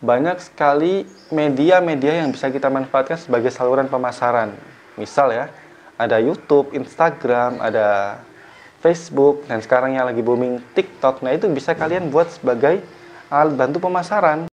banyak sekali media-media yang bisa kita manfaatkan sebagai saluran pemasaran. Misal ya, ada YouTube, Instagram, ada Facebook, dan sekarang yang lagi booming TikTok. Nah, itu bisa kalian buat sebagai alat bantu pemasaran.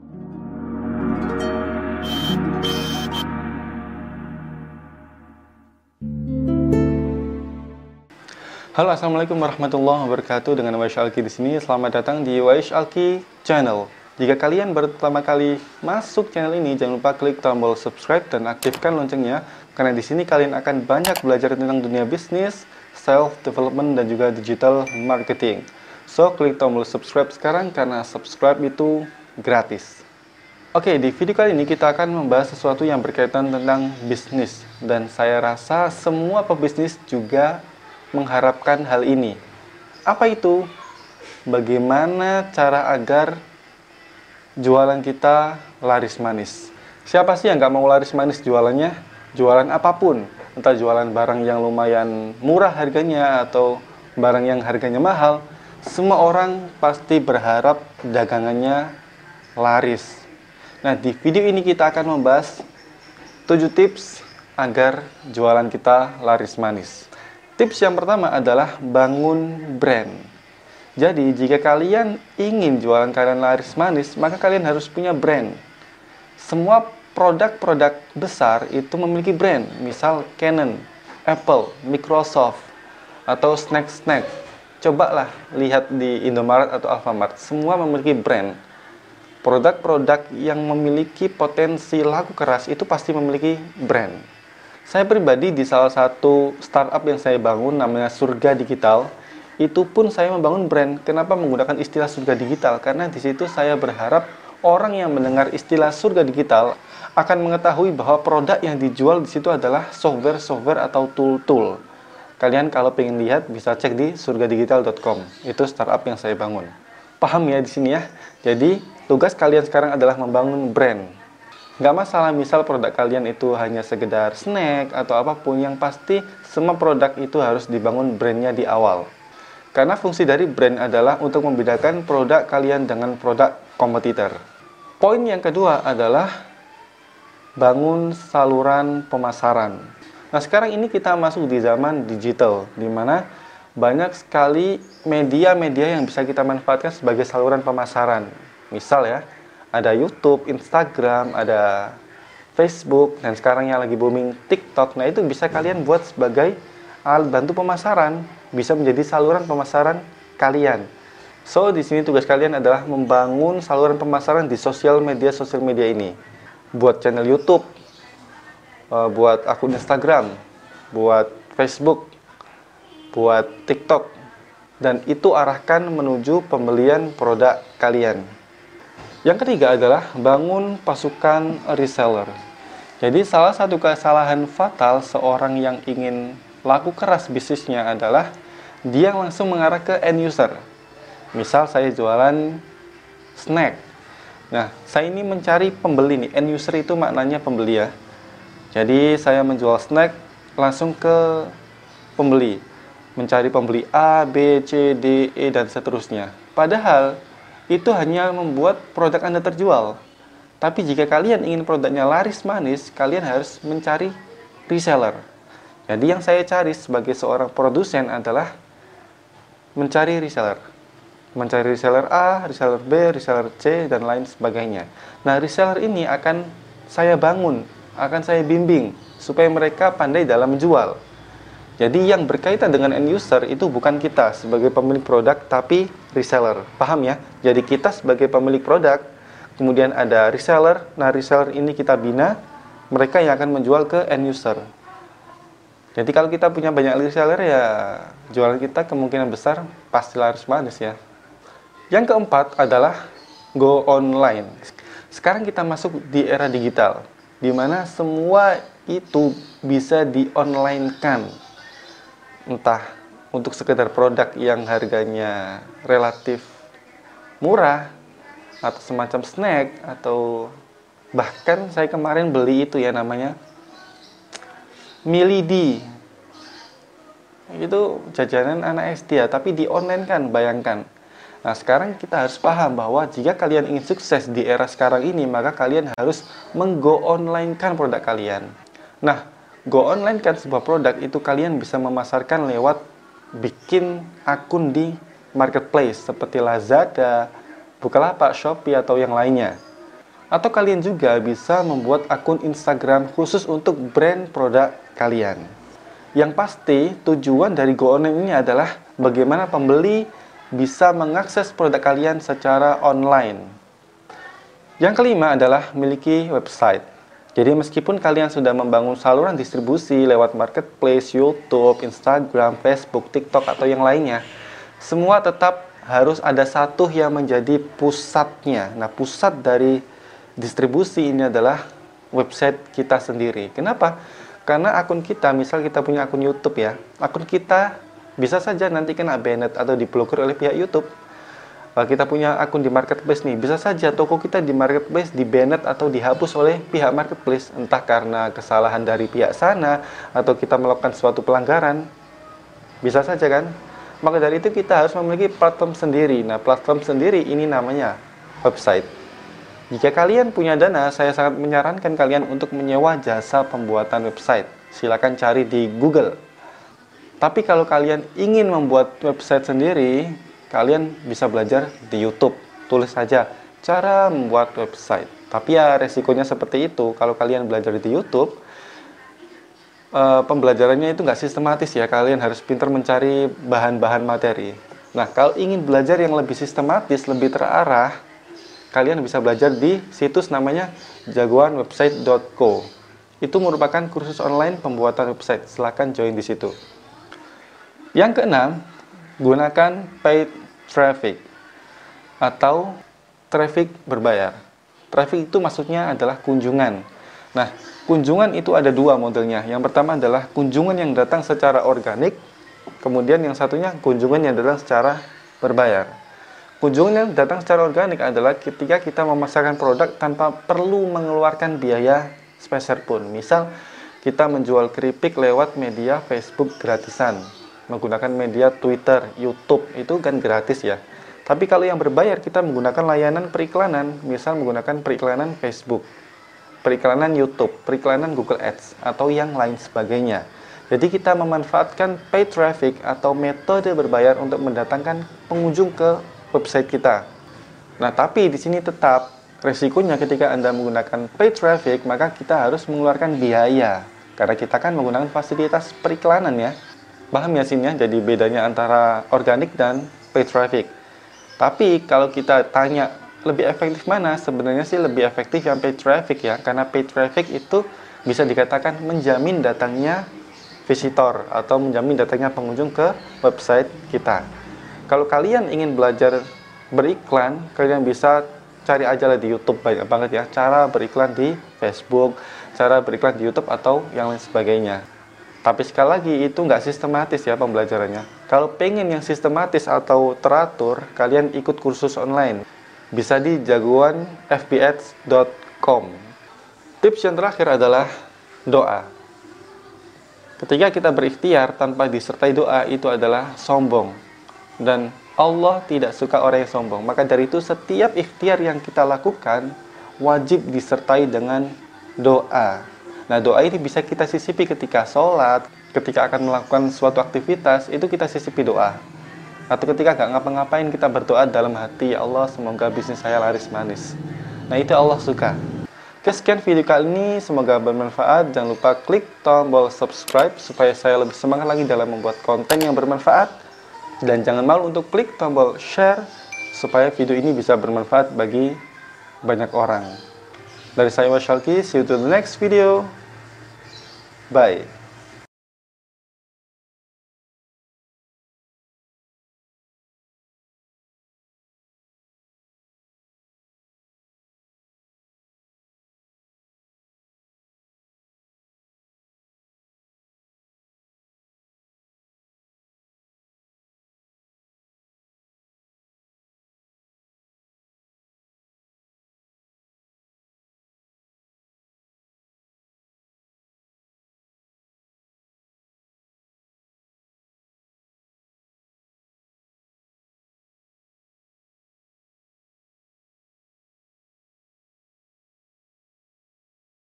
Halo, assalamualaikum warahmatullahi wabarakatuh. Dengan Waish Alki di sini. Selamat datang di Waish Alki Channel. Jika kalian baru pertama kali masuk channel ini, jangan lupa klik tombol subscribe dan aktifkan loncengnya, karena di sini kalian akan banyak belajar tentang dunia bisnis, self development, dan juga digital marketing. So, klik tombol subscribe sekarang karena subscribe itu gratis. Oke, di video kali ini kita akan membahas sesuatu yang berkaitan tentang bisnis, dan saya rasa semua pebisnis juga mengharapkan hal ini. Apa itu? Bagaimana cara agar jualan kita laris manis? Siapa sih yang nggak mau laris manis jualannya? Jualan apapun, entah jualan barang yang lumayan murah harganya atau barang yang harganya mahal, semua orang pasti berharap dagangannya laris. Nah, di video ini kita akan membahas 7 tips agar jualan kita laris manis. Tips yang pertama adalah bangun brand. Jadi, jika kalian ingin jualan kalian laris manis, maka kalian harus punya brand. Semua produk-produk besar itu memiliki brand. Misal Canon, Apple, Microsoft, atau snack-snack. Cobalah lihat di Indomaret atau Alfamart. Semua memiliki brand. Produk-produk yang memiliki potensi laku keras itu pasti memiliki brand. Saya pribadi di salah satu startup yang saya bangun namanya Surga Digital, itu pun saya membangun brand. Kenapa menggunakan istilah Surga Digital? Karena di situ saya berharap orang yang mendengar istilah Surga Digital akan mengetahui bahwa produk yang dijual di situ adalah software-software atau tool-tool. Kalian kalau pengen lihat bisa cek di surgadigital.com. Itu startup yang saya bangun. Paham ya di sini ya? Jadi tugas kalian sekarang adalah membangun brand. Nggak masalah misal produk kalian itu hanya sekedar snack atau apapun, yang pasti semua produk itu harus dibangun brandnya di awal. Karena fungsi dari brand adalah untuk membedakan produk kalian dengan produk kompetitor. Poin yang kedua adalah bangun saluran pemasaran. Nah, sekarang ini kita masuk di zaman digital, di mana banyak sekali media-media yang bisa kita manfaatkan sebagai saluran pemasaran. Misal ya, ada YouTube, Instagram, ada Facebook, dan sekarang yang lagi booming TikTok. Nah, itu bisa kalian buat sebagai alat bantu pemasaran, bisa menjadi saluran pemasaran kalian. So, di sini tugas kalian adalah membangun saluran pemasaran di sosial media ini. Buat channel YouTube, buat akun Instagram, buat Facebook, buat TikTok, dan itu arahkan menuju pembelian produk kalian. Yang ketiga adalah bangun pasukan reseller. Jadi salah satu kesalahan fatal seorang yang ingin laku keras bisnisnya adalah dia langsung mengarah ke end user. Misal saya jualan snack. Nah, saya ini mencari pembeli nih. End user itu maknanya pembeli ya. Jadi saya menjual snack langsung ke pembeli. Mencari pembeli A, B, C, D, E, dan seterusnya. Padahal itu hanya membuat produk Anda terjual. Tapi jika kalian ingin produknya laris manis, kalian harus mencari reseller. Jadi yang saya cari sebagai seorang produsen adalah mencari reseller. Mencari reseller A, reseller B, reseller C, dan lain sebagainya. Nah, reseller ini akan saya bangun, akan saya bimbing, supaya mereka pandai dalam menjual. Jadi yang berkaitan dengan end user itu bukan kita sebagai pemilik produk, tapi reseller. Paham ya? Jadi kita sebagai pemilik produk, kemudian ada reseller. Nah, reseller ini kita bina, mereka yang akan menjual ke end user. Jadi kalau kita punya banyak reseller, ya jualan kita kemungkinan besar pasti laris manis ya. Yang keempat adalah go online. Sekarang kita masuk di era digital, di mana semua itu bisa di-online-kan. Entah untuk sekedar produk yang harganya relatif murah, atau semacam snack, atau bahkan saya kemarin beli itu ya namanya Milidi. Itu jajanan anak SD ya, tapi di online kan, bayangkan. Nah, sekarang kita harus paham bahwa jika kalian ingin sukses di era sekarang ini, maka kalian harus meng-go online-kan produk kalian. Nah, go online kan sebuah produk itu kalian bisa memasarkan lewat bikin akun di marketplace seperti Lazada, Bukalapak, Shopee, atau yang lainnya. Atau kalian juga bisa membuat akun Instagram khusus untuk brand produk kalian. Yang pasti tujuan dari go online ini adalah bagaimana pembeli bisa mengakses produk kalian secara online. Yang kelima adalah miliki website. Jadi meskipun kalian sudah membangun saluran distribusi lewat marketplace, YouTube, Instagram, Facebook, TikTok, atau yang lainnya, semua tetap harus ada satu yang menjadi pusatnya. Nah, pusat dari distribusi ini adalah website kita sendiri. Kenapa? Karena akun kita, misal kita punya akun YouTube ya, akun kita bisa saja nanti kena banned atau diblokir oleh pihak YouTube. Kita punya akun di marketplace nih, bisa saja toko kita di marketplace di banned atau dihapus oleh pihak marketplace, entah karena kesalahan dari pihak sana atau kita melakukan suatu pelanggaran. Bisa saja kan? Maka dari itu kita harus memiliki platform sendiri. Nah, platform sendiri ini namanya website. Jika kalian punya dana, saya sangat menyarankan kalian untuk menyewa jasa pembuatan website. Silakan cari di Google. Tapi kalau kalian ingin membuat website sendiri, kalian bisa belajar di YouTube. Tulis saja cara membuat website. Tapi ya resikonya seperti itu. Kalau kalian belajar di YouTube, pembelajarannya itu nggak sistematis ya. Kalian harus pintar mencari bahan-bahan materi. Nah, kalau ingin belajar yang lebih sistematis, lebih terarah, kalian bisa belajar di situs namanya jagoanwebsite.co. Itu merupakan kursus online pembuatan website. Silahkan join di situ. Yang keenam, gunakan paid traffic atau traffic berbayar. Traffic itu maksudnya adalah kunjungan. Nah, kunjungan itu ada dua modelnya. Yang pertama adalah kunjungan yang datang secara organik, kemudian yang satunya kunjungan yang datang secara berbayar. Kunjungan yang datang secara organik adalah ketika kita memasarkan produk tanpa perlu mengeluarkan biaya sepeser pun. Misal, kita menjual keripik lewat media Facebook gratisan, menggunakan media Twitter, YouTube, itu kan gratis ya. Tapi kalau yang berbayar, kita menggunakan layanan periklanan, misal menggunakan periklanan Facebook, periklanan YouTube, periklanan Google Ads, atau yang lain sebagainya. Jadi kita memanfaatkan paid traffic atau metode berbayar untuk mendatangkan pengunjung ke website kita. Nah, tapi di sini tetap resikonya ketika Anda menggunakan paid traffic, maka kita harus mengeluarkan biaya. Karena kita kan menggunakan fasilitas periklanan ya. Paham ya sini ya? Jadi bedanya antara organik dan paid traffic. Tapi kalau kita tanya lebih efektif mana, sebenarnya sih lebih efektif yang paid traffic ya. Karena paid traffic itu bisa dikatakan menjamin datangnya visitor atau menjamin datangnya pengunjung ke website kita. Kalau kalian ingin belajar beriklan, kalian bisa cari aja lah di YouTube, banyak banget ya cara beriklan di Facebook, cara beriklan di YouTube atau yang lain sebagainya. Tapi sekali lagi itu nggak sistematis ya pembelajarannya. Kalau pengen yang sistematis atau teratur, kalian ikut kursus online. Bisa di jagoanfbads.com. Tips yang terakhir adalah doa. Ketika kita berikhtiar tanpa disertai doa, itu adalah sombong. Dan Allah tidak suka orang yang sombong. Maka dari itu setiap ikhtiar yang kita lakukan wajib disertai dengan doa. Nah, doa ini bisa kita sisipi ketika sholat, ketika akan melakukan suatu aktivitas, itu kita sisipi doa. Atau ketika nggak ngapa-ngapain, kita berdoa dalam hati, ya Allah, semoga bisnis saya laris manis. Nah, itu Allah suka. Oke, sekian video kali ini, semoga bermanfaat. Jangan lupa klik tombol subscribe, supaya saya lebih semangat lagi dalam membuat konten yang bermanfaat. Dan jangan malu untuk klik tombol share, supaya video ini bisa bermanfaat bagi banyak orang. Dari saya Wasyalki, see you to the next video. Bye.